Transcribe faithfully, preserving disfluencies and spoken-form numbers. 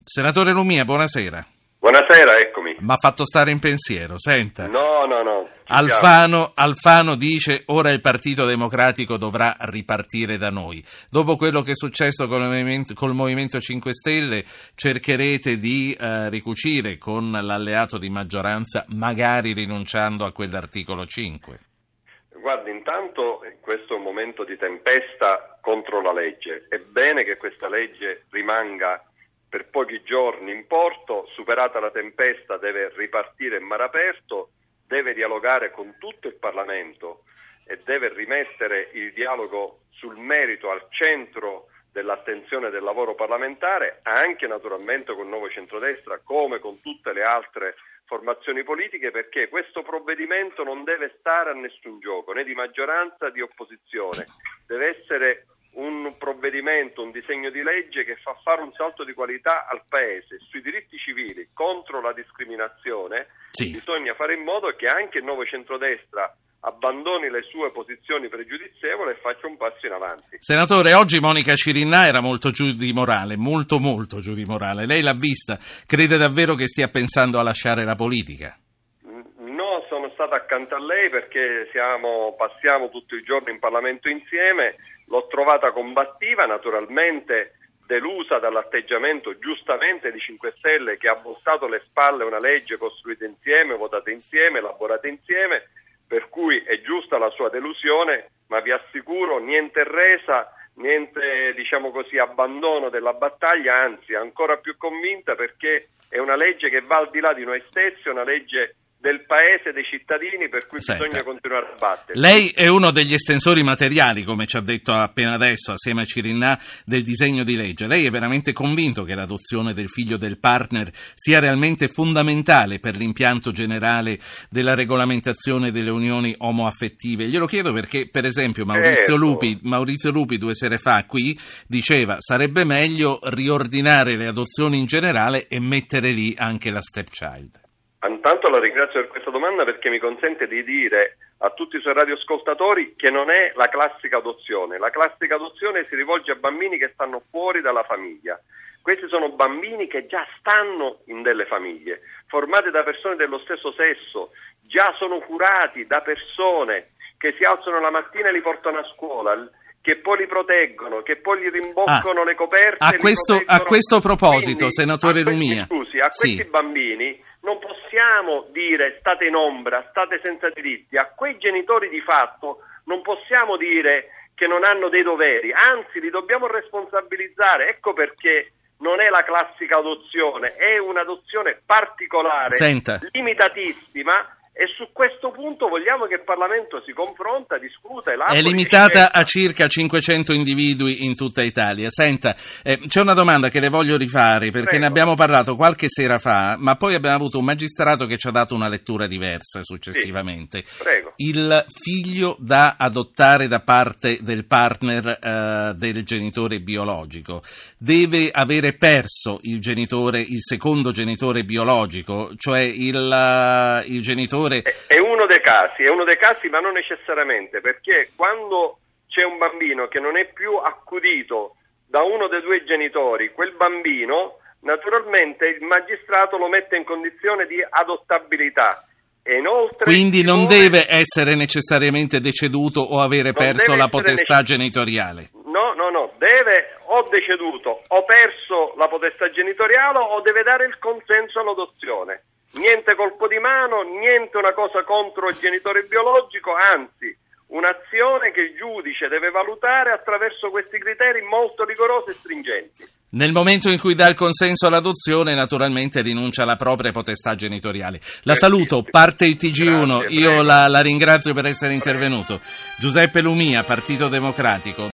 Senatore Lumia, buonasera. Buonasera, eccomi. Mi ha fatto stare in pensiero, senta. No, no, no. Alfano, Alfano dice ora il Partito Democratico dovrà ripartire da noi. Dopo quello che è successo col Movimento, col Movimento cinque Stelle cercherete di eh, ricucire con l'alleato di maggioranza, magari rinunciando a quell'articolo cinque. Guardi, intanto questo è un momento di tempesta contro la legge. È bene che questa legge rimanga per pochi giorni in porto, superata la tempesta deve ripartire in mare aperto, deve dialogare con tutto il Parlamento e deve rimettere il dialogo sul merito al centro dell'attenzione del lavoro parlamentare, anche naturalmente con il nuovo centrodestra, come con tutte le altre formazioni politiche, perché questo provvedimento non deve stare a nessun gioco, né di maggioranza né di opposizione, deve essere un provvedimento, un disegno di legge che fa fare un salto di qualità al Paese sui diritti civili, contro la discriminazione. Sì. Bisogna fare in modo che anche il nuovo centrodestra abbandoni le sue posizioni pregiudizievoli e faccia un passo in avanti. Senatore, oggi Monica Cirinnà era molto giù di morale, molto molto giù di morale. Lei l'ha vista, crede davvero che stia pensando a lasciare la politica? No, sono stato accanto a lei perché siamo, passiamo tutto il giorno in Parlamento insieme. L'ho trovata combattiva, naturalmente delusa dall'atteggiamento giustamente di cinque Stelle, che ha voltato le spalle a una legge costruita insieme, votata insieme, elaborata insieme, per cui è giusta la sua delusione, ma vi assicuro niente resa, niente, diciamo così, abbandono della battaglia, anzi ancora più convinta, perché è una legge che va al di là di noi stessi, è una legge del Paese, dei cittadini, per cui Senta, bisogna continuare a battere. Lei è uno degli estensori materiali, come ci ha detto appena adesso, assieme a Cirinnà, del disegno di legge. Lei è veramente convinto che l'adozione del figlio del partner sia realmente fondamentale per l'impianto generale della regolamentazione delle unioni omoaffettive? Glielo chiedo perché, per esempio, Maurizio, certo. Lupi, Maurizio Lupi due sere fa qui diceva sarebbe meglio riordinare le adozioni in generale e mettere lì anche la stepchild. Intanto la ringrazio per questa domanda, perché mi consente di dire a tutti i suoi radioascoltatori che non è la classica adozione. La classica adozione si rivolge a bambini che stanno fuori dalla famiglia. Questi sono bambini che già stanno in delle famiglie, formate da persone dello stesso sesso, già sono curati da persone che si alzano la mattina e li portano a scuola, che poi li proteggono, che poi gli rimboccano ah, le coperte. A questo, a questo proposito, Quindi, senatore a questi, Lumia. Scusi, a questi sì. bambini non possiamo dire state in ombra, state senza diritti. A quei genitori di fatto non possiamo dire che non hanno dei doveri, anzi li dobbiamo responsabilizzare. Ecco perché non è la classica adozione, è un'adozione particolare, Senta. limitatissima. E su questo punto vogliamo che il Parlamento si confronta, discuta, elabori. È limitata a circa cinquecento individui in tutta Italia. Senta, eh, c'è una domanda che le voglio rifare, perché Prego. ne abbiamo parlato qualche sera fa, ma poi abbiamo avuto un magistrato che ci ha dato una lettura diversa successivamente. Sì. Prego. Il figlio da adottare da parte del partner eh, del genitore biologico deve avere perso il genitore, il secondo genitore biologico, cioè il, uh, il genitore. È uno dei casi, è uno dei casi, ma non necessariamente, perché quando c'è un bambino che non è più accudito da uno dei due genitori, quel bambino naturalmente il magistrato lo mette in condizione di adottabilità. E inoltre, quindi non deve essere necessariamente deceduto o avere perso la potestà necess- genitoriale. No, no, no, deve o deceduto o perso la potestà genitoriale o deve dare il consenso all'adozione. Niente colpo di mano, niente una cosa contro il genitore biologico, anzi un'azione che il giudice deve valutare attraverso questi criteri molto rigorosi e stringenti. Nel momento in cui dà il consenso all'adozione, naturalmente rinuncia alla propria potestà genitoriale. La saluto, parte il T G uno, io la, la ringrazio per essere intervenuto. Giuseppe Lumia, Partito Democratico.